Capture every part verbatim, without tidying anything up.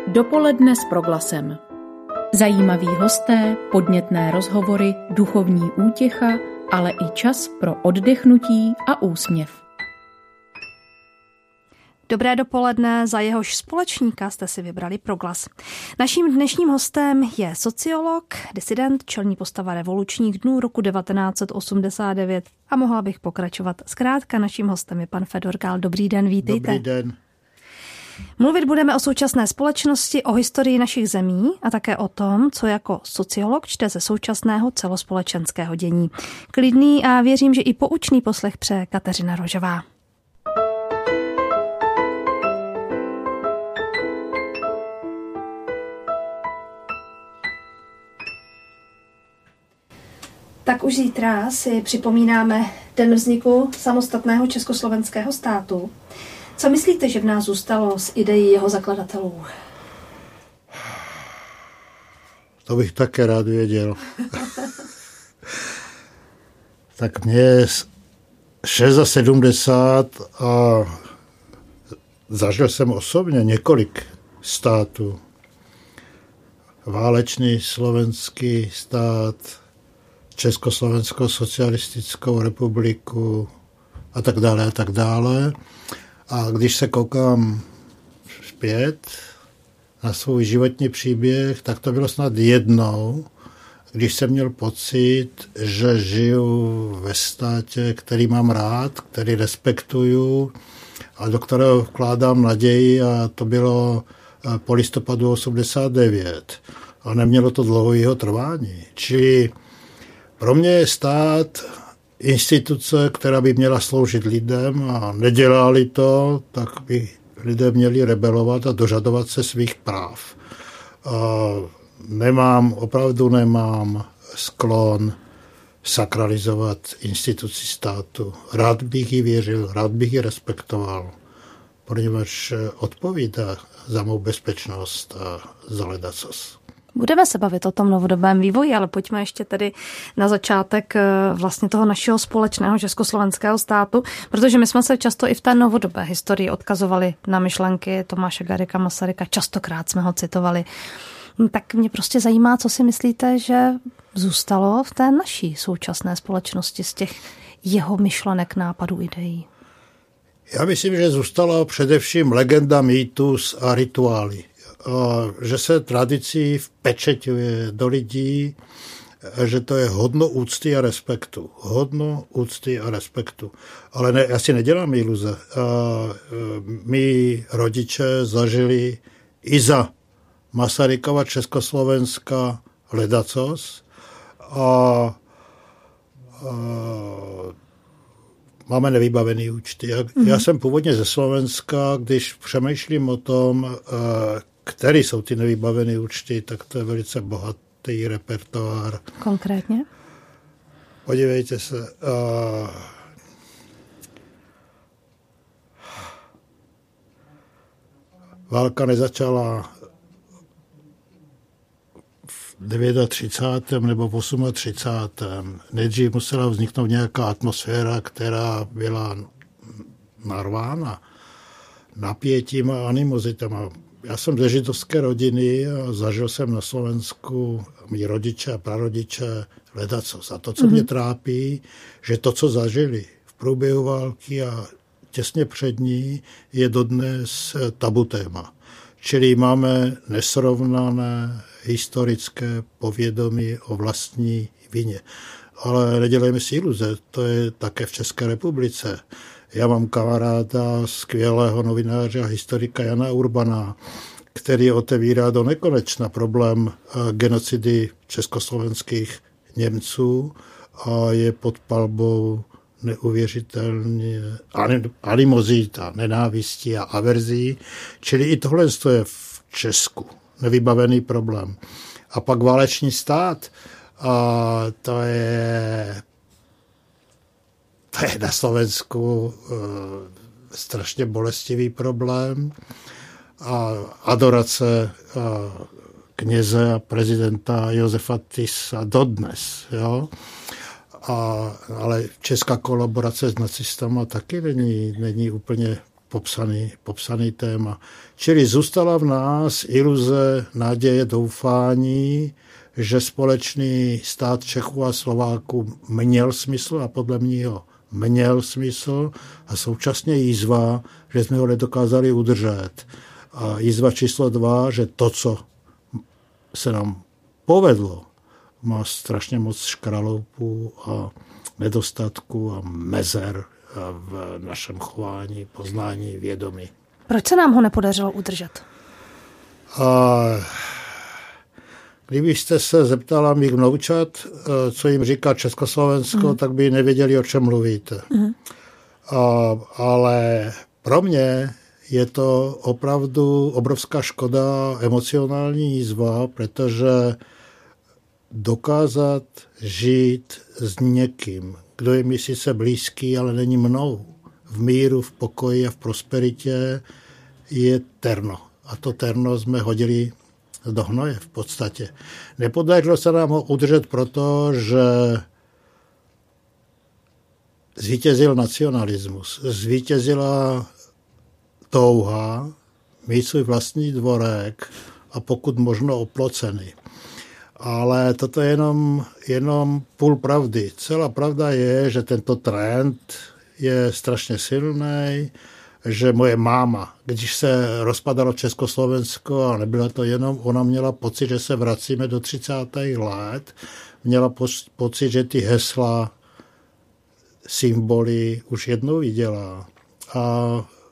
Dopoledne s Proglasem. Zajímaví hosté, podnětné rozhovory, duchovní útěcha, ale i čas pro oddechnutí a úsměv. Dobré dopoledne, za jehož společníka jste si vybrali Proglas. Naším dnešním hostem je sociolog, disident, čelní postava revolučních dnů roku devatenáct set osmdesát devět a mohla bych pokračovat. Zkrátka naším hostem je pan Fedor Gál. Dobrý den, vítejte. Dobrý den. Mluvit budeme o současné společnosti, o historii našich zemí a také o tom, co jako sociolog čte ze současného celospolečenského dění. Klidný a věřím, že i poučný poslech přeje Kateřina Rožová. Tak už zítra si připomínáme den vzniku samostatného československého státu. Co myslíte, že v nás zůstalo z ideí jeho zakladatelů? To bych také rád věděl. Tak mě je sedmdesát šest a zažil jsem osobně několik států. Válečný slovenský stát, Československou socialistickou republiku a tak dále a tak dále. A když se koukám zpět na svůj životní příběh, tak to bylo snad jednou, když jsem měl pocit, že žiju ve státě, který mám rád, který respektuju a do kterého vkládám naději, a to bylo po listopadu osmdesát devět. A nemělo to dlouhého trvání. Čili pro mě je stát instituce, která by měla sloužit lidem, a nedělali to, tak by lidé měli rebelovat a dožadovat se svých práv. A nemám, opravdu nemám sklon sakralizovat instituci státu. Rád bych ji věřil, rád bych ji respektoval, poněvadž odpovídá za mou bezpečnost a za ledacos. Budeme se bavit o tom novodobém vývoji, ale pojďme ještě tedy na začátek vlastně toho našeho společného československého státu, protože my jsme se často i v té novodobé historii odkazovali na myšlenky Tomáše Garrigua Masaryka, častokrát jsme ho citovali. Tak mě prostě zajímá, co si myslíte, že zůstalo v té naší současné společnosti z těch jeho myšlenek, nápadů, ideí. Já myslím, že zůstala především legenda, mýtus a rituály. Že se tradicí vpečeťuje do lidí, že to je hodno úcty a respektu. Hodno úcty a respektu. Ale ne, já si nedělám iluze. My rodiče zažili i za Masarykova Československa ledacos a, a máme nevybavený účty. Já, mm. já jsem původně ze Slovenska, když přemýšlím o tom, který jsou ty nevybavené účty, tak to je velice bohatý repertoár. Konkrétně? Podívejte se. Uh, válka nezačala v třicátém devátém nebo v třicátém osmém Nejdřív musela vzniknout nějaká atmosféra, která byla narvána napětím a animozitama. Já jsem ze židovské rodiny a zažil jsem na Slovensku mý rodiče a prarodiče ledacos. A to, co mm-hmm. mě trápí, že to, co zažili v průběhu války a těsně před ní, je dodnes tabu téma. Čili máme nesrovnané historické povědomí o vlastní vině. Ale nedělejme si iluze, to je také v České republice. Já mám kamaráda, skvělého novináře a historika Jana Urbana, který otevírá do nekonečna problém genocidy československých Němců a je pod palbou neuvěřitelně animozita, nenávistí a averzí. Čili i tohle je v Česku nevybavený problém. A pak válečný stát, a to je To je na Slovensku e, strašně bolestivý problém. A adorace a kněze a prezidenta Josefa Tisa dodnes. Jo? A, ale česká kolaborace s nacistama taky není, není úplně popsaný, popsaný téma. Čili zůstala v nás iluze, naděje, doufání, že společný stát Čechů a Slováků měl smysl a podle mého měl smysl a současně jízva, že jsme ho nedokázali udržet. A jízva číslo dva, že to, co se nám povedlo, má strašně moc škraloupů a nedostatků a mezer v našem chování, poznání, vědomí. Proč se nám ho nepodařilo udržet? A kdybyste se zeptala mých vnoučat, co jim říká Československo, mm. tak by nevěděli, o čem mluvíte. Mm. A, ale pro mě je to opravdu obrovská škoda, emocionální jízva, protože dokázat žít s někým, kdo je mi sice blízký, ale není mnou, v míru, v pokoji a v prosperitě, je terno. A to terno jsme hodili do hnoje v podstatě. Nepodařilo se nám ho udržet proto, že zvítězil nacionalismus, zvítězila touha mít svůj vlastní dvorek a pokud možno oplocený. Ale toto je jenom, jenom půl pravdy. Celá pravda je, že tento trend je strašně silný, že moje máma, když se rozpadalo Československo, a nebyla to jenom, ona měla pocit, že se vracíme do třicátých let, měla pocit, že ty hesla, symboly už jednou viděla. A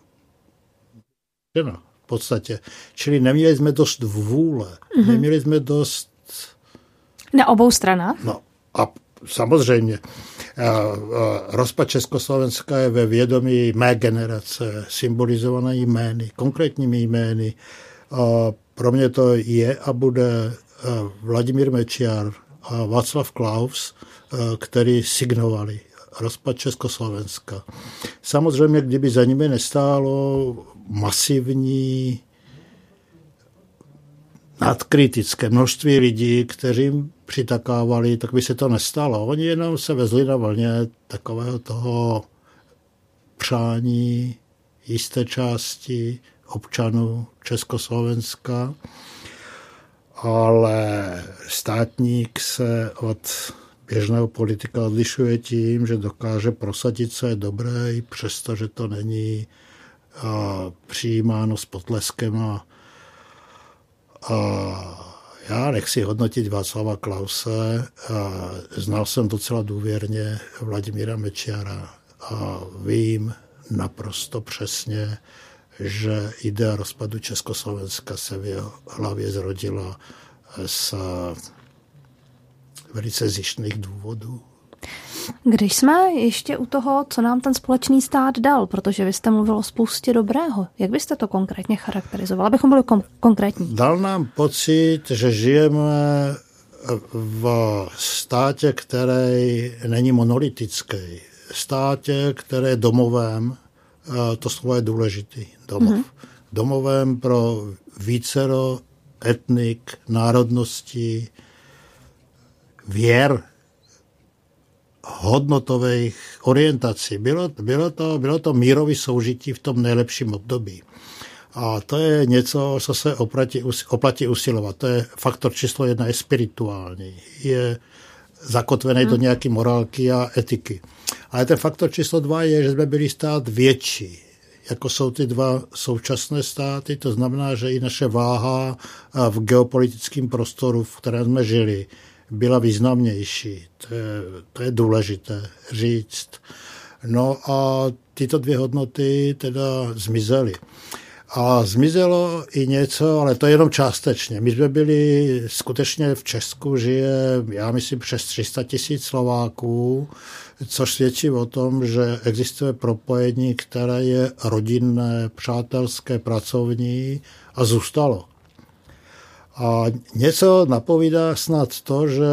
no, v podstatě. Čili neměli jsme dost vůle, mm-hmm. neměli jsme dost... Na obou stranách? No a samozřejmě. Rozpad Československa je ve vědomí mé generace, symbolizované jmény, konkrétními jmény. Pro mě to je a bude Vladimír Mečiar a Václav Klaus, který signovali rozpad Československa. Samozřejmě, kdyby za nimi nestálo masivní nadkritické množství lidí, kterým přitakávali, tak by se to nestalo. Oni jenom se vezli na vlně takového toho přání jisté části občanů Československa, ale státník se od běžného politika odlišuje tím, že dokáže prosadit, co je dobré, i přesto, že to není a, přijímáno s potleskem. A, a já nechci hodnotit Václava Klause. A znal jsem docela důvěrně Vladimíra Mečiara a vím naprosto přesně, že idea rozpadu Československa se v jeho hlavě zrodila z velice zištných důvodů. Když jsme ještě u toho, co nám ten společný stát dal, protože vy jste mluvil o spoustě dobrého, jak byste to konkrétně charakterizoval, abychom byli kom- konkrétní? Dal nám pocit, že žijeme v státě, který není monolitický. Státě, který je domovem, to slovo je důležitý, domov. Mm-hmm. Domovem pro vícero etnik, národností, věr, hodnotových orientací. Bylo, bylo, to, bylo to mírový soužití v tom nejlepším období. A to je něco, co se oplatí, oplatí usilovat. To je faktor číslo jedna, je spirituální. Je zakotvený hmm. do nějaké morálky a etiky. Ale ten faktor číslo dva je, že jsme byli stát větší, jako jsou ty dva současné státy. To znamená, že i naše váha v geopolitickém prostoru, v kterém jsme žili, byla významnější. To je, to je důležité říct. No a tyto dvě hodnoty teda zmizely. A zmizelo i něco, ale to je jenom částečně. My jsme byli, skutečně v Česku žije, já myslím, přes tři sta tisíc Slováků, což svědčí o tom, že existuje propojení, které je rodinné, přátelské, pracovní a zůstalo. A něco napovídá snad to, že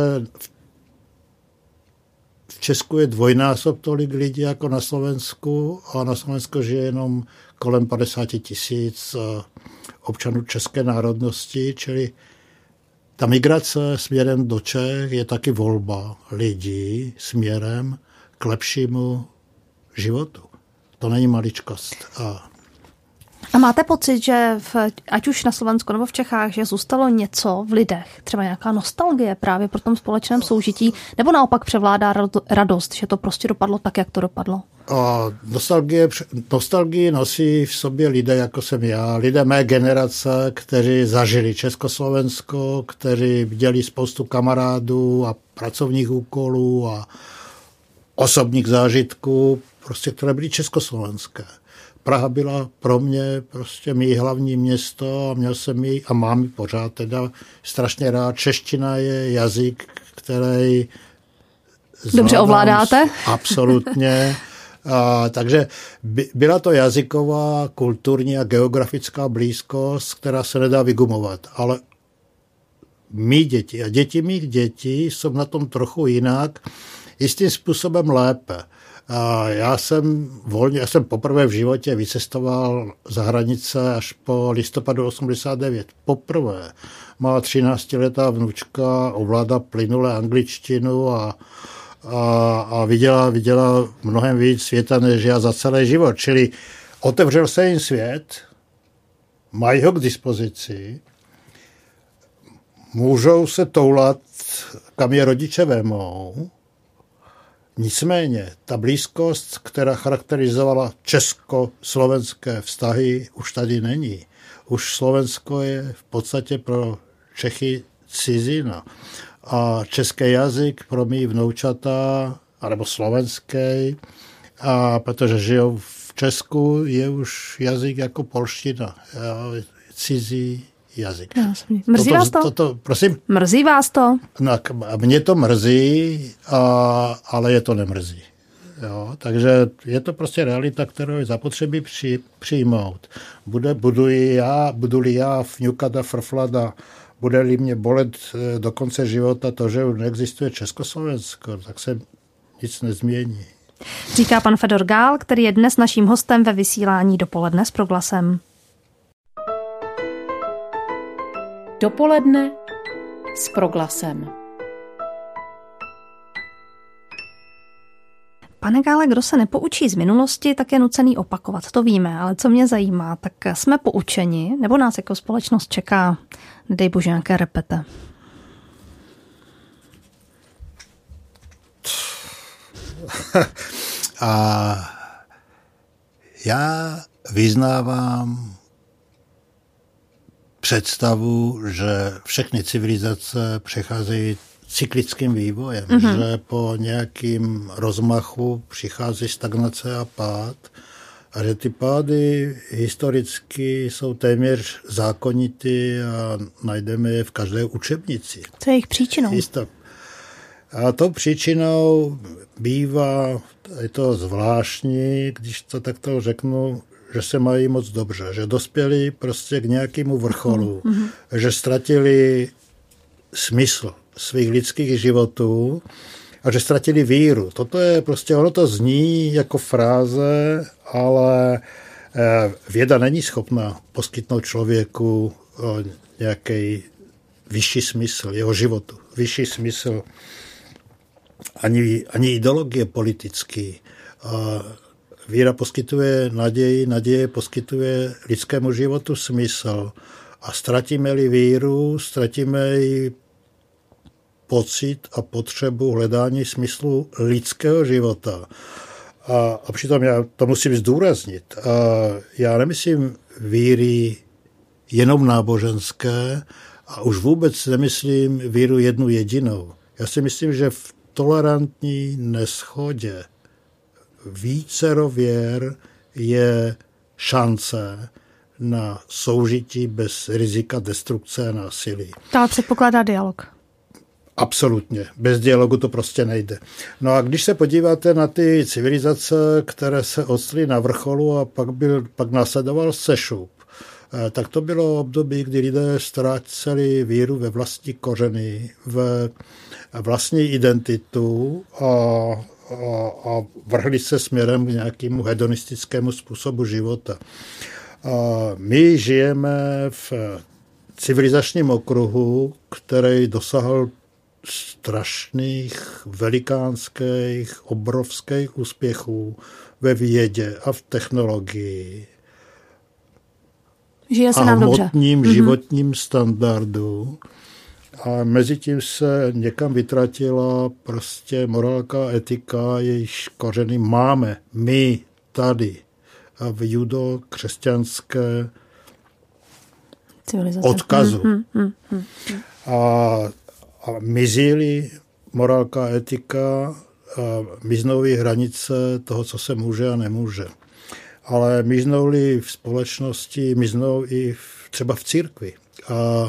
v Česku je dvojnásob tolik lidí jako na Slovensku a na Slovensku žije jenom kolem padesát tisíc občanů české národnosti, čili ta migrace směrem do Čech je taky volba lidí směrem k lepšímu životu. To není maličkost. A A máte pocit, že v, ať už na Slovensku nebo v Čechách, že zůstalo něco v lidech, třeba nějaká nostalgie právě pro tom společném soužití, nebo naopak převládá radost, že to prostě dopadlo tak, jak to dopadlo? A nostalgie, nostalgii nosí v sobě lidé, jako jsem já, lidé mé generace, kteří zažili Československo, kteří viděli spoustu kamarádů a pracovních úkolů a osobních zážitků, prostě, které byly československé. Praha byla pro mě prostě mý hlavní město a měl jsem ji a mám ji pořád teda strašně rád. Čeština je jazyk, který dobře ovládáte? Absolutně. A, takže by, byla to jazyková, kulturní a geografická blízkost, která se nedá vygumovat. Ale mý děti a děti mých dětí jsou na tom trochu jinak, jistým způsobem lépe. A já jsem volně, já jsem poprvé v životě vycestoval za hranice až po listopadu osmdesát devět. Poprvé. Má třináctiletá vnučka, ovládá plynule angličtinu a, a, a viděla, viděla mnohem víc světa než já za celý život. Čili otevřel se jim svět, mají ho k dispozici, můžou se toulat, kam je rodiče vemou. Nicméně, ta blízkost, která charakterizovala česko-slovenské vztahy, už tady není. Už Slovensko je v podstatě pro Čechy cizina. A český jazyk pro mý vnoučata, anebo slovenský, a protože žijou v Česku, je už jazyk jako polština. Cizí jazyk. Mrzí toto, vás to? Toto, prosím? Mrzí vás to? No, mě to mrzí, a, ale je to nemrzí. Jo, takže je to prostě realita, kterou je zapotřebí při, přijmout. Bude, budu-li já, budu-li já fňukat a frflat a bude-li mě bolet do konce života to, že neexistuje Československo, tak se nic nezmění. Říká pan Fedor Gál, který je dnes naším hostem ve vysílání Dopoledne s Proglasem. Dopoledne s Proglasem. Pane Gále, kdo se nepoučí z minulosti, tak je nucený opakovat, to víme, ale co mě zajímá, tak jsme poučeni, nebo nás jako společnost čeká, nedej bože, nějaké repete? A já vyznávám představu, že všechny civilizace přecházejí cyklickým vývojem, mm-hmm. že po nějakým rozmachu přichází stagnace a pád a že ty pády historicky jsou téměř zákonitý a najdeme je v každé učebnici. Co je jejich příčinou? Jisto. A tou příčinou bývá, je to zvláštní, když to takto řeknu, že se mají moc dobře, že dospěli prostě k nějakému vrcholu, mm-hmm. že ztratili smysl svých lidských životů a že ztratili víru. Toto je prostě, ono to zní jako fráze, ale věda není schopna poskytnout člověku nějaký vyšší smysl jeho životu, vyšší smysl ani, ani ideologie politický. Víra poskytuje naději, naděje poskytuje lidskému životu smysl. A ztratíme-li víru, ztratíme-li pocit a potřebu hledání smyslu lidského života. A, a přitom já to musím zdůraznit. A já nemyslím víry jenom náboženské a už vůbec nemyslím víru jednu jedinou. Já si myslím, že v tolerantní neschodě vícero věr je šance na soužití bez rizika destrukce a násilí. To ale předpokládá dialog. Absolutně. Bez dialogu to prostě nejde. No a když se podíváte na ty civilizace, které se odstly na vrcholu a pak, byl, pak následoval sešup, tak to bylo období, kdy lidé ztráceli víru ve vlastní kořeny, ve vlastní identitu a, a, a vrhli se směrem k nějakému hedonistickému způsobu života. A my žijeme v civilizačním okruhu, který dosáhl strašných, velikánských, obrovských úspěchů ve vědě a v technologii. Žije se a nám dobře. hmotním mm-hmm. životním standardu. A mezi tím se někam vytratila prostě morálka, etika, jejíž kořeny máme my tady v judo-křesťanské civilizace. Odkazu. Hmm, hmm, hmm, hmm. A, a mizí morálka, etika, miznou hranice toho, co se může a nemůže. Ale miznou-li v společnosti, miznou i v, třeba v církvi. A, a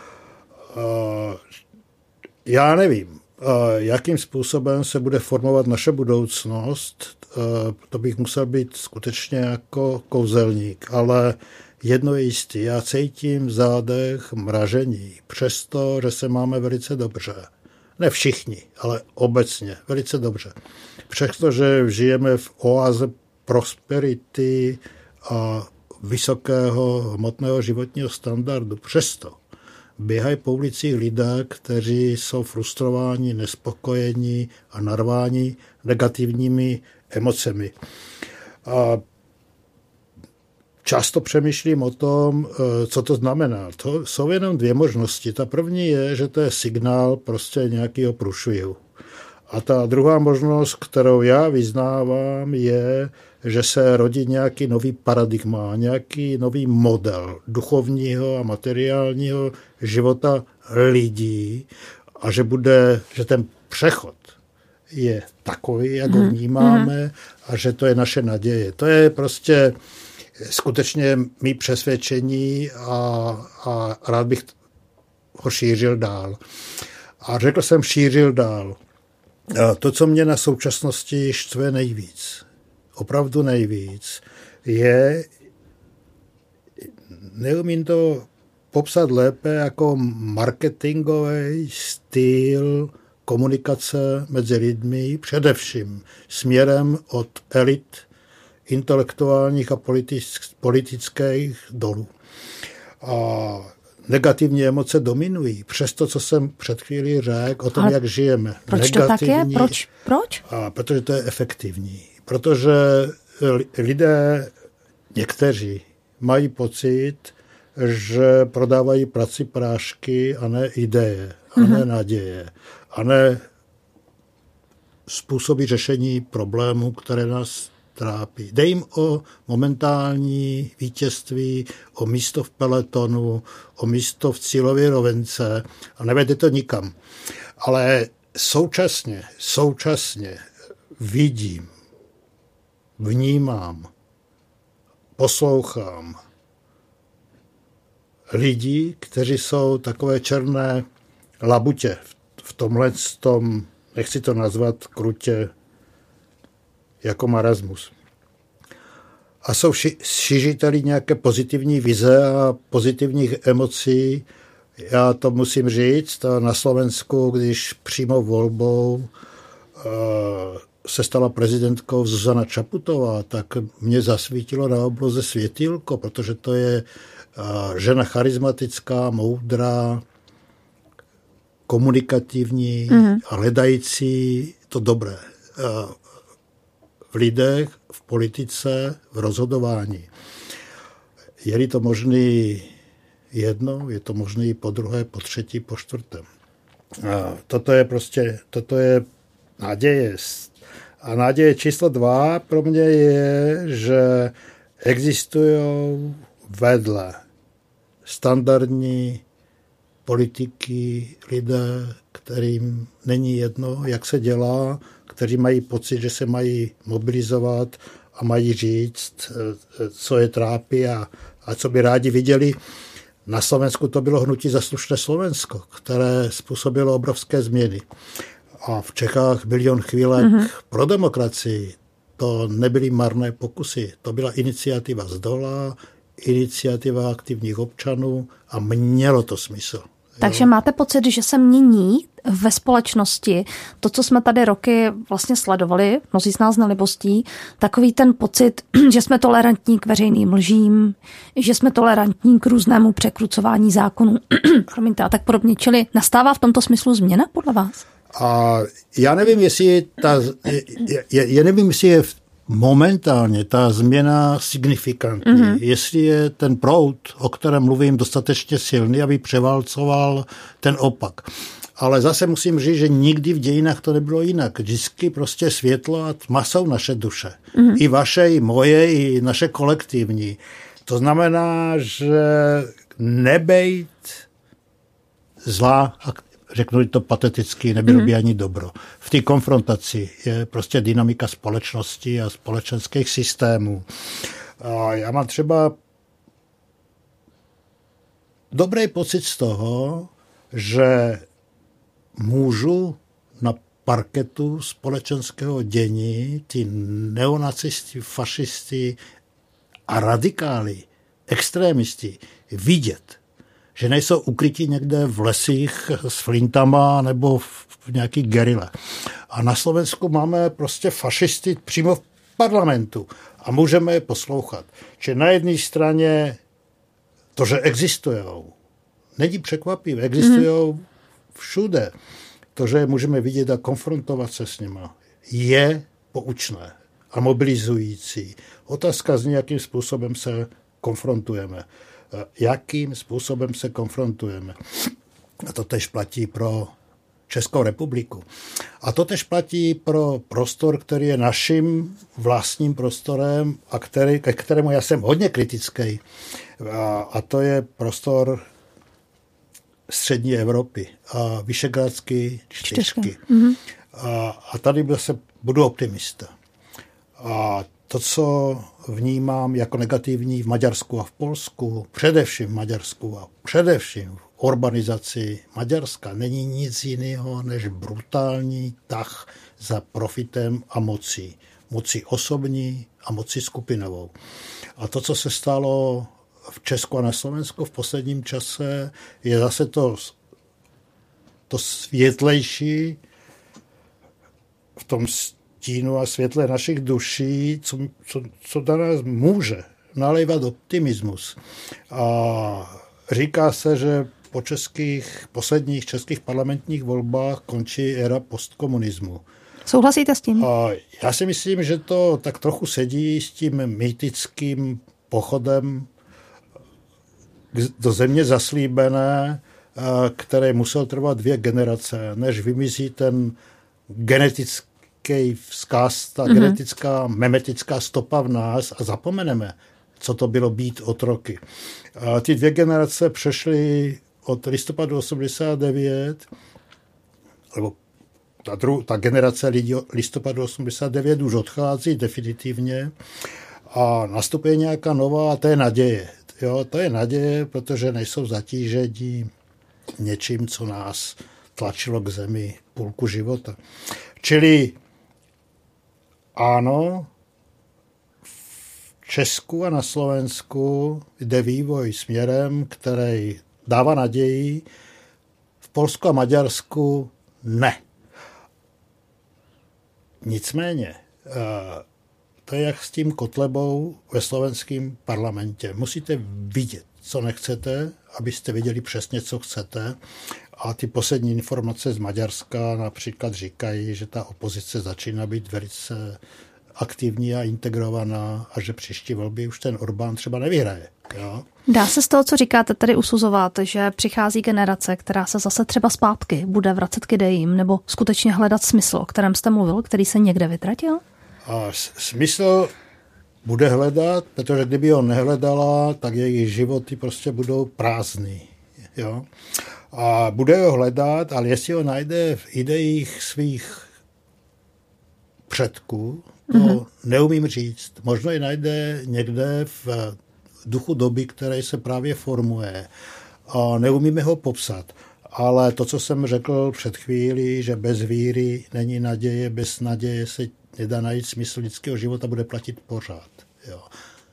já nevím, jakým způsobem se bude formovat naše budoucnost. To bych musel být skutečně jako kouzelník, ale jedno je jistý, já cítím v zádech mražení, přesto, že se máme velice dobře. Ne všichni, ale obecně velice dobře. Přestože žijeme v oáze prosperity a vysokého hmotného životního standardu, přesto běhají po ulicích lidé, kteří jsou frustrováni, nespokojení a narváni negativními emocemi. A často přemýšlím o tom, co to znamená. To jsou jenom dvě možnosti. Ta první je, že to je signál prostě nějakého průšvihu. A ta druhá možnost, kterou já vyznávám, je, že se rodí nějaký nový paradigma, nějaký nový model duchovního a materiálního života lidí a že bude, že ten přechod je takový, jak ho vnímáme a že to je naše naděje. To je prostě skutečně mý přesvědčení a, a rád bych ho šířil dál. A řekl jsem šířil dál. To, co mě na současnosti štve nejvíc, opravdu nejvíc, je, neumím to popsat lépe, jako marketingový styl komunikace mezi lidmi, především směrem od elit intelektuálních a politických dolů. A negativní emoce dominují. Přes to, co jsem před chvílí řekl, o tom, ale jak žijeme. Proč negativní, to tak je? Proč? Proč? A protože to je efektivní. Protože lidé, někteří, mají pocit, že prodávají prací prášky a ne ideje, a mm-hmm. ne naděje, a ne způsoby řešení problémů, které nás trápí. Dej jim o momentální vítězství, o místo v peletonu, o místo v cílové rovence a nevede to nikam. Ale současně, současně vidím, vnímám, poslouchám lidi, kteří jsou takové černé labutě v tomhle tom, nechci to nazvat krutě, jako marasmus. A jsou šiřiteli nějaké pozitivní vize a pozitivních emocí. Já to musím říct, na Slovensku, když přímo volbou se stala prezidentkou Zuzana Čaputová, tak mě zasvítilo na obloze světýlko, protože to je žena charismatická, moudrá, komunikativní mm. a hledající to dobré v lidech, v politice, v rozhodování. Je-li to možný jedno, je to možný po druhé, po třetí, po čtvrtém. A toto je prostě, toto je naděje. A naděje číslo dva pro mě je, že existují vedle standardní politiky lidé, kterým není jedno, jak se dělá, kteří mají pocit, že se mají mobilizovat a mají říct, co je trápí a, a co by rádi viděli. Na Slovensku to bylo hnutí Za slušné Slovensko, které způsobilo obrovské změny. A v Čechách Milion chvílek mm-hmm. pro demokracii. To nebyly marné pokusy. To byla iniciativa z dola, iniciativa aktivních občanů a mělo to smysl. Takže máte pocit, že se mění ve společnosti to, co jsme tady roky vlastně sledovali, mnozí z nás na libostí, takový ten pocit, že jsme tolerantní k veřejným lžím, že jsme tolerantní k různému překrucování zákonů, promiňte, a tak podobně. Čili nastává v tomto smyslu změna podle vás? A já nevím, jestli ta, je, je, nevím, jestli je momentálně ta změna signifikantní. Mm-hmm. Jestli je ten proud, o kterém mluvím, dostatečně silný, aby převálcoval ten opak. Ale zase musím říct, že nikdy v dějinách to nebylo jinak. Vždycky prostě světlo a tma jsou naše duše. Mm-hmm. I vaše, i moje, i naše kolektivní. To znamená, že nebejt zlá, řeknu to pateticky, nevyrobí mm-hmm. ani dobro. V té konfrontaci je prostě dynamika společnosti a společenských systémů. A já mám třeba dobrý pocit z toho, že můžu na parketu společenského dění ty neonacisti, fašisti a radikály, extrémisti vidět, že nejsou ukrytí někde v lesích s flintama nebo v nějaký gerile. A na Slovensku máme prostě fašisty přímo v parlamentu a můžeme je poslouchat. Že na jedné straně to, že existujou, není překvapivé, existujou mm. všude. To, že je můžeme vidět a konfrontovat se s nima, je poučné a mobilizující. Otázka zní, jakým způsobem se konfrontujeme. Jakým způsobem se konfrontujeme. A to tež platí pro Českou republiku. A to tež platí pro prostor, který je naším vlastním prostorem a který, ke kterému já jsem hodně kritický. A, a to je prostor střední Evropy a Vyšegrádské čtyřky. Mm-hmm. A, a tady se budu optimista. A to, co vnímám jako negativní v Maďarsku a v Polsku, především v Maďarsku a především v urbanizaci Maďarska, není nic jiného než brutální tah za profitem a mocí. Mocí osobní a mocí skupinovou. A to, co se stalo v Česku a na Slovensku v posledním čase, je zase to, to světlejší v tom stínu a světle našich duší, co, co, co na nás může nalévat optimismus. A říká se, že po českých, posledních českých parlamentních volbách končí éra postkomunismu. Souhlasíte s tím? A já si myslím, že to tak trochu sedí s tím mýtickým pochodem do země zaslíbené, které musel trvat dvě generace, než vymizí ten genetický vzkaz, ta mm-hmm. genetická, memetická stopa v nás a zapomeneme, co to bylo být otroky. A ty dvě generace přešly od listopadu osmdesát devět, nebo ta, dru, ta generace lidí listopadu osmdesát devět už odchází definitivně a nastupuje nějaká nová, a to je naděje. Jo, to je naděje, protože nejsou zatížení něčím, co nás tlačilo k zemi půlku života. Čili ano, v Česku a na Slovensku jde vývoj směrem, který dává naději, v Polsku a Maďarsku ne. Nicméně, to je jak s tím Kotlebou ve slovenském parlamentě. Musíte vidět, co nechcete, abyste věděli přesně, co chcete. A ty poslední informace z Maďarska například říkají, že ta opozice začíná být velice aktivní a integrovaná a že příští volby už ten Orbán třeba nevyhraje. Jo? Dá se z toho, co říkáte, tady usuzovat, že přichází generace, která se zase třeba zpátky bude vracet k idejím nebo skutečně hledat smysl, o kterém jste mluvil, který se někde vytratil? A smysl bude hledat, protože kdyby ho nehledala, tak jejich životy prostě budou prázdný. Jo? A bude ho hledat, ale jestli ho najde v ideích svých předků, to mm-hmm. neumím říct. Možno je najde někde v duchu doby, který se právě formuje. A neumíme ho popsat. Ale to, co jsem řekl před chvílí, že bez víry není naděje, bez naděje se nedá najít smysl lidského života, bude platit pořád. Jo.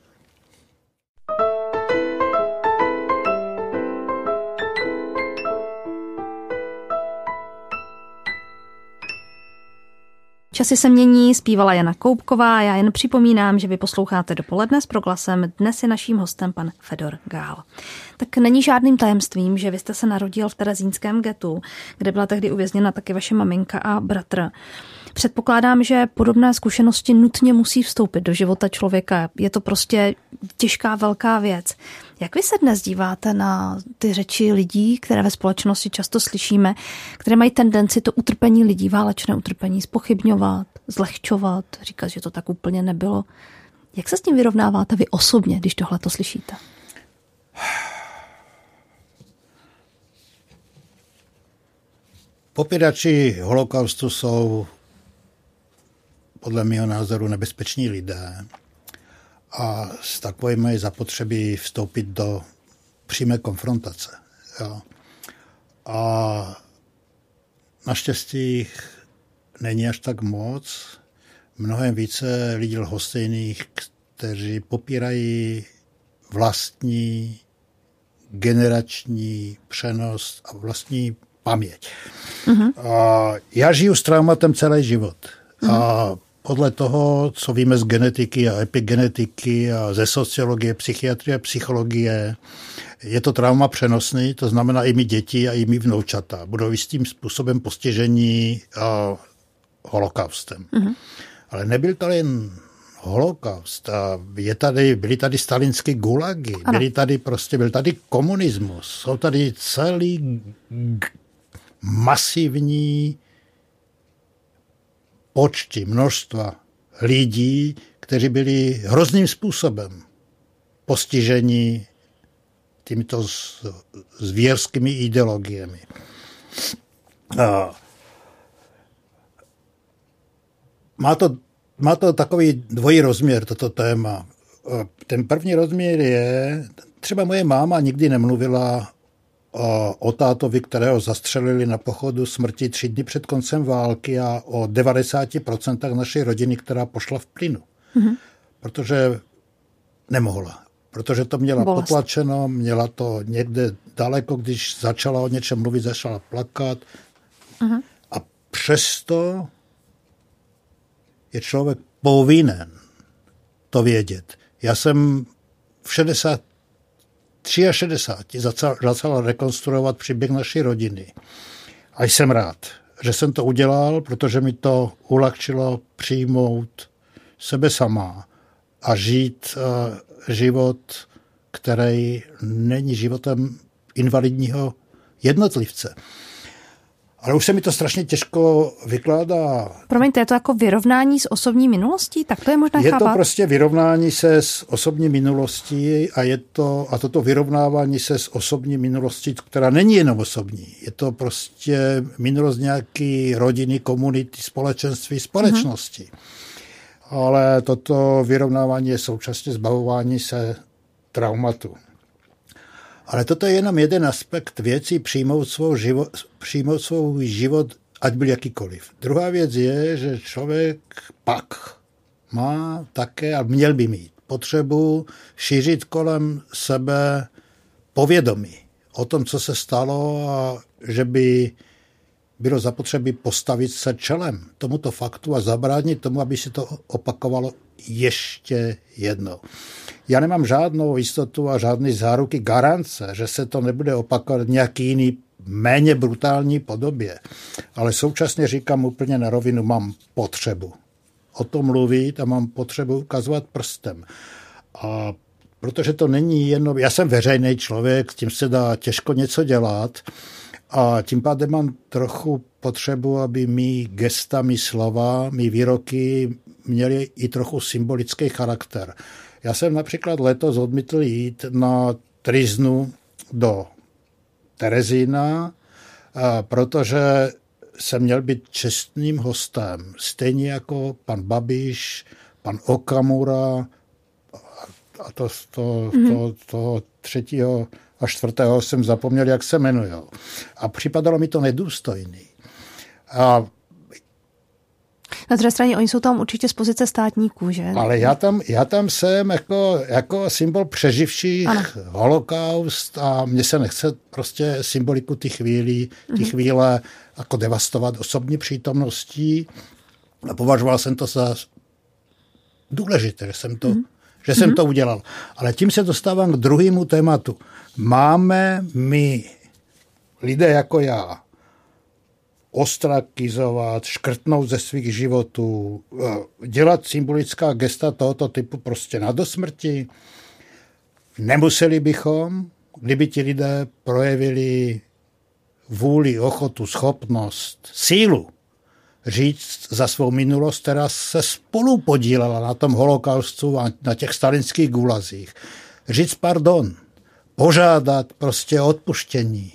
Časy se mění, zpívala Jana Koubková. Já jen připomínám, že vy posloucháte Dopoledne s Proglasem. Dnes je naším hostem pan Fedor Gál. Tak není žádným tajemstvím, že vy jste se narodil v terezínském getu, kde byla tehdy uvězněna taky vaše maminka a bratr. Předpokládám, že podobné zkušenosti nutně musí vstoupit do života člověka. Je to prostě těžká, velká věc. Jak vy se dnes díváte na ty řeči lidí, které ve společnosti často slyšíme, které mají tendenci to utrpení lidí, válečné utrpení, zpochybňovat, zlehčovat, říkat, že to tak úplně nebylo? Jak se s tím vyrovnáváte vy osobně, když tohle to slyšíte? Popírači holokaustu jsou podle mého názoru nebezpeční lidé a s takovými je zapotřebí vstoupit do přímé konfrontace. Jo. A naštěstí jich není až tak moc. Mnohem více lidí lhostejných, kteří popírají vlastní generační přenos a vlastní paměť. Uh-huh. A já žiju s traumatem celý život. Uh-huh. A podle toho, co víme z genetiky a epigenetiky a ze sociologie, psychiatrie, psychologie, je to trauma přenosný, to znamená i my děti a i my vnoučata budou jistým způsobem postižení uh, holokaustem. Uh-huh. Ale nebyl to jen holokaust. A je tady, byly tady stalinské gulagy, byly tady prostě, byl tady komunismus, jsou tady celý masivní počty, množstva lidí, kteří byli hrozným způsobem postiženi těmito zvěrskými ideologiemi. A má to, má to takový dvojí rozměr, toto téma. Ten první rozměr je, třeba moje máma nikdy nemluvila o, o tátovi, kterého zastřelili na pochodu smrti tři dny před koncem války a o devadesát procent naší rodiny, která pošla v plynu. Mm-hmm. Protože nemohla. Protože to měla Bolest. potlačeno, měla to někde daleko, když začala o něčem mluvit, začala plakat. Mm-hmm. A přesto je člověk povinen to vědět. Já jsem v šedesát šedesát tři začal, začal rekonstruovat příběh naší rodiny. A jsem rád, že jsem to udělal, protože mi to ulehčilo přijmout sebe sama a žít uh, život, který není životem invalidního jednotlivce. Ale už se mi to strašně těžko vykládá. Promiňte, je to jako vyrovnání s osobní minulostí? Tak to je možná Je chápat? to prostě vyrovnání se s osobní minulostí a je to, a toto vyrovnávání se s osobní minulostí, která není jenom osobní. Je to prostě minulost nějaký rodiny, komunity, společenství, společnosti. Mm-hmm. Ale toto vyrovnávání je současně zbavování se traumatu. Ale toto je jenom jeden aspekt věcí, přijmout svou život, přijmout svou život, ať byl jakýkoliv. Druhá věc je, že člověk pak má také, a měl by mít, potřebu šířit kolem sebe povědomí o tom, co se stalo a že by bylo zapotřebí postavit se čelem tomuto faktu a zabránit tomu, aby se to opakovalo ještě jednou. Já nemám žádnou jistotu a žádný záruky garance, že se to nebude opakovat v nějaký jiný méně brutální podobě. Ale současně říkám úplně na rovinu, mám potřebu o tom mluvit a mám potřebu ukazovat prstem. A protože to není jenom, já jsem veřejný člověk, s tím se dá těžko něco dělat a tím pádem mám trochu potřebu, aby mý gesta, mý slova, mý výroky měly i trochu symbolický charakter. Já jsem například letos odmítl jít na triznu do Terezína, protože jsem měl být čestným hostem. Stejně jako pan Babiš, pan Okamura a to, to, to, to třetího a čtvrtého jsem zapomněl, jak se jmenují. A připadalo mi to nedůstojný. A na druhé straně, oni jsou tam určitě z pozice státníků, že? Ale já tam, já tam jsem jako, jako symbol přeživších ano. holokaust a mně se nechce prostě symboliku ty chvíli, ty mm-hmm. chvíle jako devastovat osobní přítomností. A považoval jsem to za důležité, že jsem to, mm-hmm. že jsem mm-hmm. to udělal. Ale tím se dostávám k druhému tématu. Máme my, lidé jako já, ostrakizovat, škrtnout ze svých životů, dělat symbolická gesta tohoto typu prostě na dosmrti. Nemuseli bychom, kdyby ti lidé projevili vůli, ochotu, schopnost, sílu říct za svou minulost, která se spolu podílela na tom holokaustu a na těch stalinských gulazích. Říct pardon, požádat prostě odpuštění.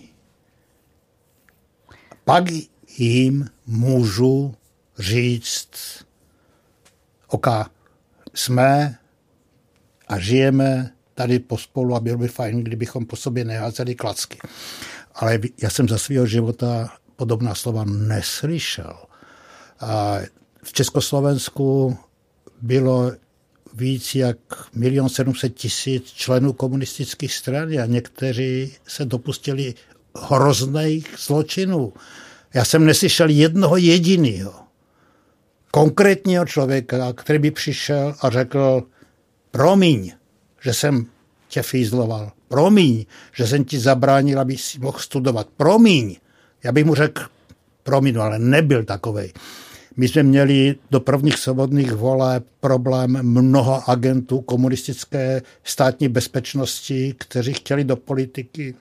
Pak jim můžu říct, OK, jsme a žijeme tady pospolu a bylo by fajn, kdybychom po sobě neházeli klacky. Ale já jsem za svého života podobná slova neslyšel. A v Československu bylo víc jak milion sedm set tisíc členů komunistických stran a někteří se dopustili hrozných zločinů. Já jsem neslyšel jednoho jediného konkrétního člověka, který by přišel a řekl, promiň, že jsem tě fízloval, promiň, že jsem ti zabránil, aby si mohl studovat, promiň. Já bych mu řekl, promiň, ale nebyl takovej. My jsme měli do prvních svobodných voleb problém mnoha agentů komunistické státní bezpečnosti, kteří chtěli do politiky.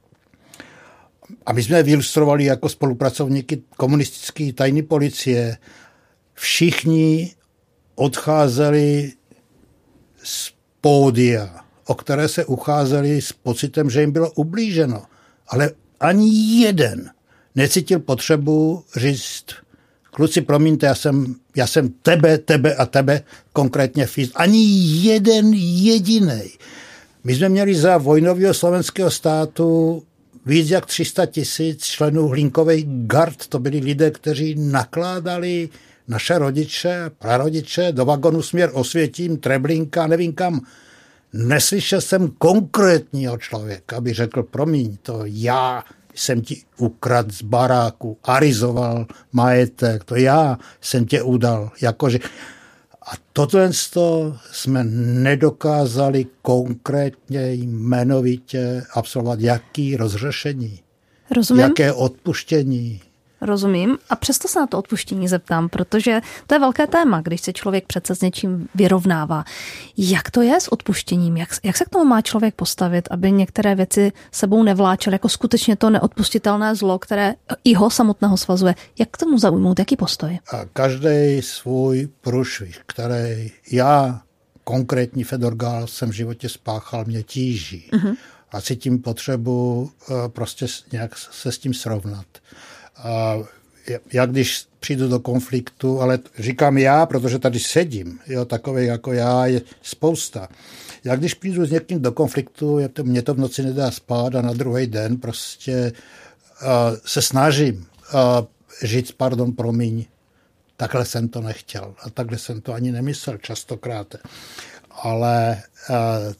A my jsme vyilustrovali jako spolupracovníky komunistické tajné policie. Všichni odcházeli z pódia, o které se ucházeli s pocitem, že jim bylo ublíženo. Ale ani jeden necítil potřebu říct, kluci, promiňte, já jsem, já jsem tebe, tebe a tebe konkrétně fíz. Ani jeden jedinej. My jsme měli za vojnového slovenského státu víc jak tři sta tisíc členů Hlínkovej gard. To byli lidé, kteří nakládali naše rodiče, prarodiče do vagonu směr Osvětím, Treblinka, nevím kam. Neslyšel jsem konkrétního člověka, aby řekl, promiň, to já jsem ti ukradl z baráku, arizoval majetek, to já jsem tě udal. Jakože... A tohle jsme nedokázali konkrétně, jmenovitě absolvovat. Jaký rozřešení? Rozumím. Jaké odpuštění? Rozumím. A přesto se na to odpuštění zeptám, protože to je velké téma, když se člověk přece s něčím vyrovnává. Jak to je s odpuštěním? Jak, jak se k tomu má člověk postavit, aby některé věci sebou nevláčel jako skutečně to neodpustitelné zlo, které i ho samotného svazuje? Jak k tomu zaujmout? Jaký postoj? A každý svůj průšvih, který já, konkrétní Fedor Gál, jsem v životě spáchal, mě tíží. Uh-huh. A cítím potřebu prostě nějak se s tím srovnat. A já když přijdu do konfliktu, ale říkám já, protože tady sedím, jo, takový jako já je spousta. Já když přijdu s někým do konfliktu, je to, mě to v noci nedá spát a na druhý den prostě uh, se snažím uh, říct pardon, promiň, takhle jsem to nechtěl a takhle jsem to ani nemyslel častokrát. Ale uh,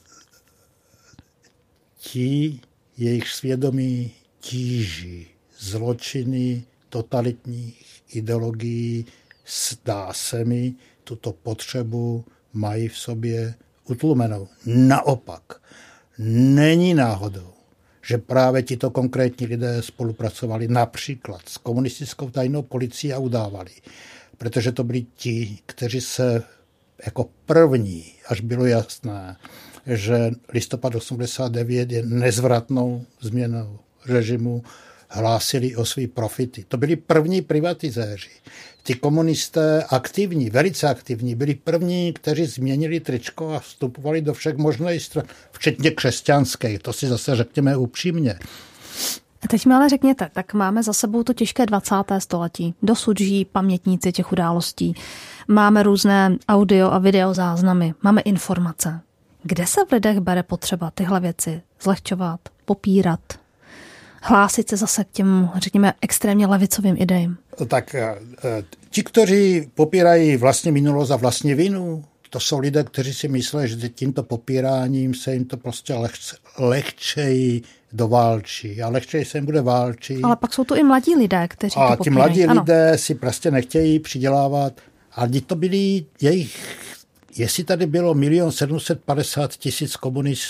ti, jejich svědomí tíží, zločiny totalitních ideologií, zdá se mi, tuto potřebu mají v sobě utlumenou. Naopak, není náhodou, že právě tito konkrétní lidé spolupracovali například s komunistickou tajnou policií a udávali, protože to byli ti, kteří se jako první, až bylo jasné, že listopad osmdesát devět je nezvratnou změnou režimu, hlásili o svý profity. To byli první privatizéři. Ty komunisté aktivní, velice aktivní, byli první, kteří změnili tričko a vstupovali do všech možných stran, včetně křesťanských. To si zase řekněme upřímně. A teď mi ale řekněte, tak máme za sebou to těžké dvacáté století. Dosud žijí pamětníci těch událostí. Máme různé audio a video záznamy. Máme informace. Kde se v lidech bere potřeba tyhle věci zlehčovat, popírat? Hlásit se zase k těm, řekněme, extrémně levicovým idejím. Tak ti, kteří popírají vlastně minulost a vlastně vinu, to jsou lidé, kteří si myslí, že tímto popíráním se jim to prostě lehce, lehčeji doválčí. A lehčeji se jim bude válčit. Ale pak jsou to i mladí lidé, kteří a to popírají. A ti mladí ano. lidé si prostě nechtějí přidělávat. A to byli jejich, jestli tady bylo milion sedm set padesát tisíc komunistů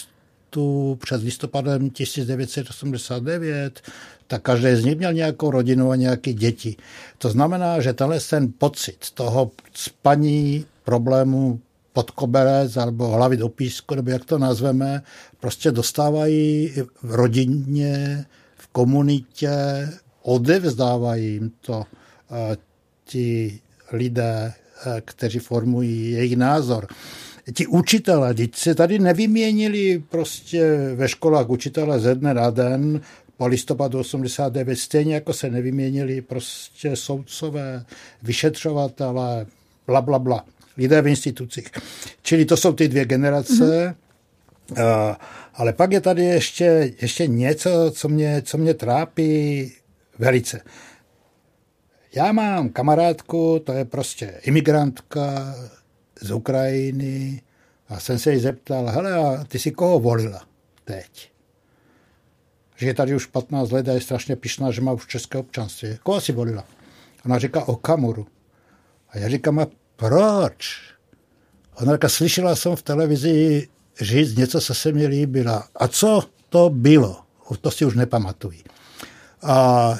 státu před listopadem tisíc devět set osmdesát devět, tak každý z nich měl nějakou rodinu a nějaké děti. To znamená, že tenhle ten pocit toho spaní problému pod koberec nebo hlavy do písku, nebo jak to nazveme, prostě dostávají v rodině, v komunitě, odevzdávají jim to uh, ti lidé, uh, kteří formují jejich názor. Ti učitelé, ti se tady nevyměnili prostě ve školách učitelé ze dne na den po listopadu osmdesát devět, stejně jako se nevyměnili prostě soudcové, vyšetřovatelé, bla, bla, bla, lidé v institucích. Čili to jsou ty dvě generace, mm-hmm. uh, ale pak je tady ještě, ještě něco, co mě, co mě trápí velice. Já mám kamarádku, to je prostě imigrantka z Ukrajiny a jsem se jí zeptal, hele, a ty si koho volila teď? Že je tady už patnáct let a je strašně pyšná, že má už české občanství. Koho si volila? Ona říká Okamuru. A já říkám, a proč? Ona říká, slyšela jsem v televizi říct něco, co se mi líbila. A co to bylo? To si už nepamatuji. A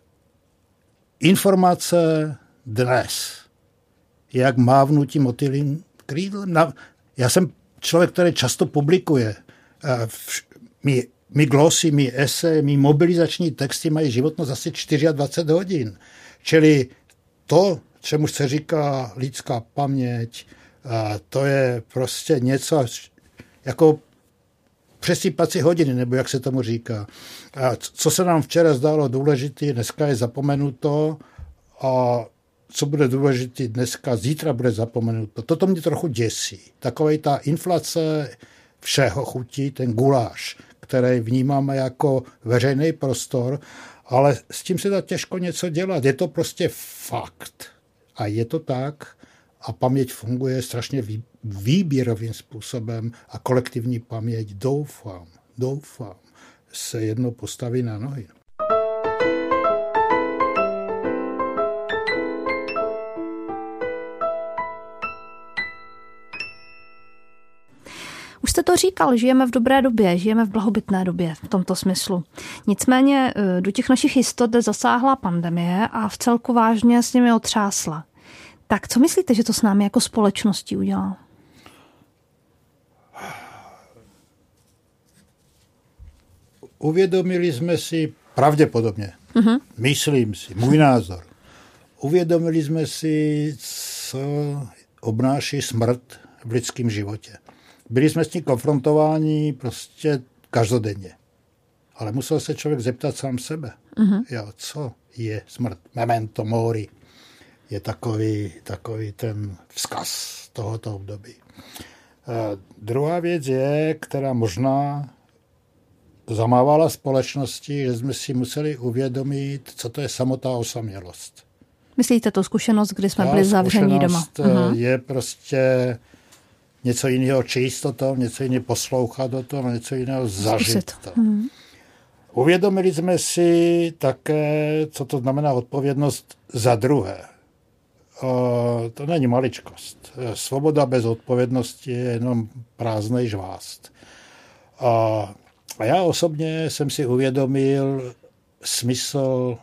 informace dnes, jak mávnutí motýlím křídlem. Já jsem člověk, který často publikuje. Mí, mí glosy, mí esej, mí mobilizační texty mají životnost asi dvacet čtyři hodin. Čili to, čemu se říká lidská paměť, to je prostě něco jako přesýpací hodiny, nebo jak se tomu říká. A co se nám včera zdálo důležité, dneska je zapomenuto a co bude důležité dneska, zítra bude zapomenuto. Toto mě trochu děsí. Takovej ta inflace všeho chutí, ten guláš, který vnímáme jako veřejný prostor, ale s tím se dá těžko něco dělat. Je to prostě fakt. A je to tak a paměť funguje strašně výběrovým způsobem a kolektivní paměť, doufám, doufám, se jednou postaví na nohy. Už jste to říkal, žijeme v dobré době, žijeme v blahobytné době v tomto smyslu. Nicméně do těch našich jistot zasáhla pandemie a v celku vážně s nimi otřásla. Tak co myslíte, že to s námi jako společností udělá? Uvědomili jsme si pravděpodobně, uh-huh. myslím si, můj názor, uvědomili jsme si, co obnáší smrt v lidském životě. Byli jsme s tím konfrontováni prostě každodenně. Ale musel se člověk zeptat sám sebe. Uh-huh. Jo, co je smrt? Memento mori je takový, takový ten vzkaz tohoto období. Uh, druhá věc je, která možná zamávala společnosti, že jsme si museli uvědomit, co to je samotná osamělost. Myslíte tu zkušenost, kdy jsme Ta byli zavření doma? Uh-huh. Je prostě něco jiného číst o tom, něco jiného poslouchat o tom, něco jiného zažít to. Hmm. Uvědomili jsme si také, co to znamená odpovědnost za druhé. O, to není maličkost. Svoboda bez odpovědnosti je jenom prázdnej žvást. A, a já osobně jsem si uvědomil smysl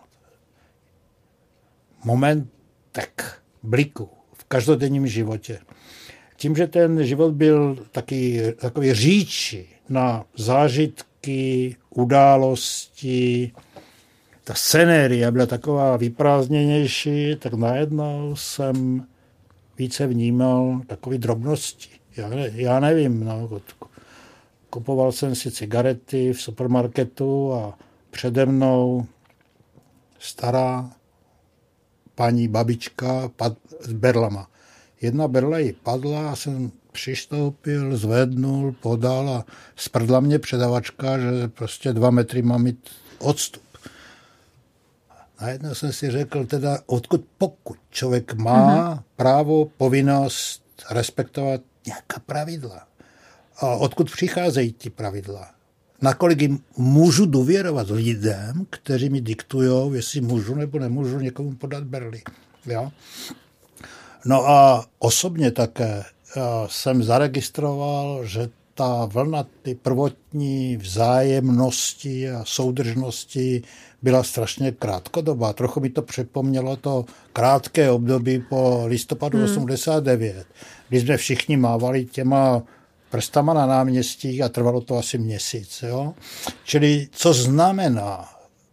momentek, bliku v každodenním životě. Tím, že ten život byl taky, takový říči na zážitky, události, ta scenéria byla taková vyprázdněnější, tak najednou jsem více vnímal takové drobnosti. Já, ne, já nevím, no, kupoval jsem si cigarety v supermarketu a přede mnou stará paní babička pad, s berlama. Jedna berla jí padla a jsem přistoupil, zvednul, podal a sprdla mě předavačka, že prostě dva metry mám mít odstup. Najednou jsem si řekl, teda odkud pokud člověk má uh-huh. právo, povinnost respektovat nějaká pravidla. A odkud přicházejí ty pravidla? Nakolik jim můžu důvěrovat lidem, kteří mi diktujou, jestli můžu nebo nemůžu někomu podat berli. Jo? No a osobně také jsem zaregistroval, že ta vlna ty prvotní vzájemnosti a soudržnosti byla strašně krátkodobá. Trochu mi to připomnělo to krátké období po listopadu hmm. osmdesát devět, kdy jsme všichni mávali těma prstama na náměstích a trvalo to asi měsíc. Jo? Čili co znamená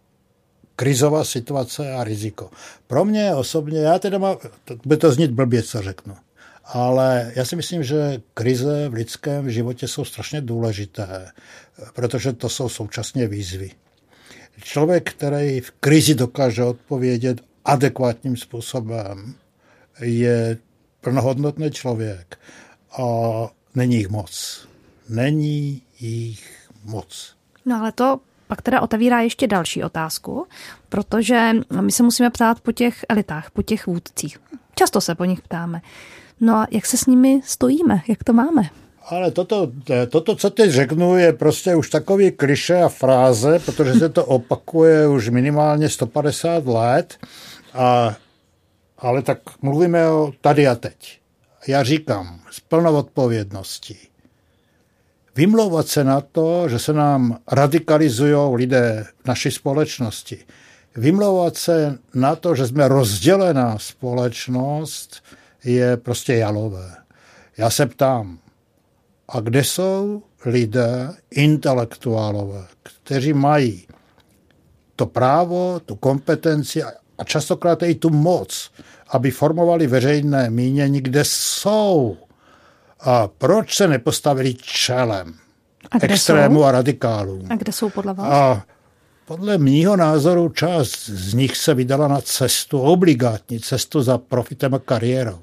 krizová situace a riziko. Pro mě osobně, já teda mám, to by to znít blbě, co řeknu, ale já si myslím, že krize v lidském životě jsou strašně důležité, protože to jsou současně výzvy. Člověk, který v krizi dokáže odpovědět adekvátním způsobem, je plnohodnotný člověk a není jich moc. Není jich moc. No ale to pak teda otevírá ještě další otázku, protože my se musíme ptát po těch elitách, po těch vůdcích. Často se po nich ptáme. No a jak se s nimi stojíme? Jak to máme? Ale toto, toto, co teď řeknu, je prostě už takový klišé a fráze, protože se to opakuje už minimálně sto padesát let, a, ale tak mluvíme o tady a teď. Já říkám s plnou odpovědností. Vymlouvat se na to, že se nám radikalizují lidé v naší společnosti. Vymlouvat se na to, že jsme rozdělená společnost, je prostě jalové. Já se ptám, a kde jsou lidé, intelektuálové, kteří mají to právo, tu kompetenci a častokrát i tu moc, aby formovali veřejné mínění, kde jsou? A proč se nepostavili čelem extrému a radikálům? A kde jsou podle vás? A podle mýho názoru část z nich se vydala na cestu, obligátní cestu za profitem a kariérou.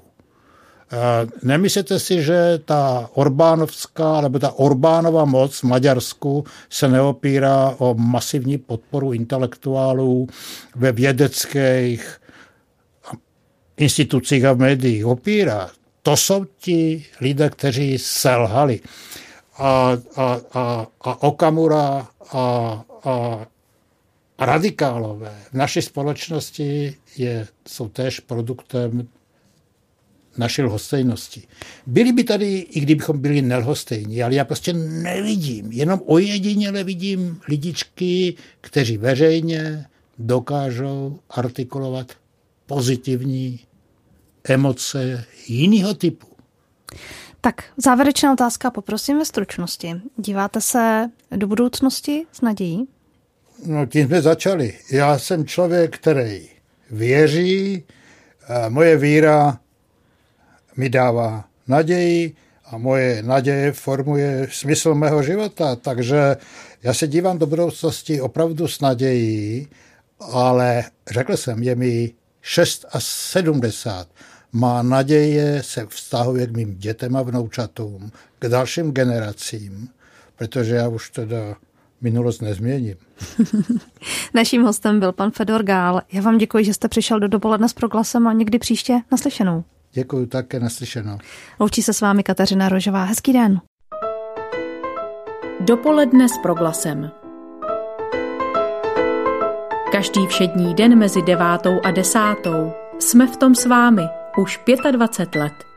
A nemyslíte si, že ta Orbánovská nebo ta Orbánova moc v Maďarsku se neopírá o masivní podporu intelektuálů ve vědeckých institucích a v médiích? Opírá. To jsou ti lidé, kteří selhali. A, a, a, a Okamura a, a, a radikálové v naší společnosti je, jsou též produktem naší lhostejnosti. Byli by tady, i kdybychom byli nelhostejní, ale já prostě nevidím, jenom ojediněle vidím lidičky, kteří veřejně dokážou artikulovat pozitivní emoce jiného typu. Tak, závěrečná otázka, poprosím ve stručnosti. Díváte se do budoucnosti s nadějí? No, tím jsme začali. Já jsem člověk, který věří, a moje víra mi dává naději a moje naděje formuje smysl mého života, takže já se dívám do budoucnosti opravdu s nadějí, ale řekl jsem, je mi sedmdesát šest. Má naděje se vztahuje k mým dětem a vnoučatům, k dalším generacím, protože já už teda minulost nezměním. Naším hostem byl pan Fedor Gál. Já vám děkuji, že jste přišel do Dopoledne s Proglasem a někdy příště naslyšenou. Děkuji, také naslyšenou. Loučí se s vámi Kateřina Rožová. Hezký den. Dopoledne s Proglasem. Každý všední den mezi devátou a desátou jsme v tom s vámi už dvacet pět let.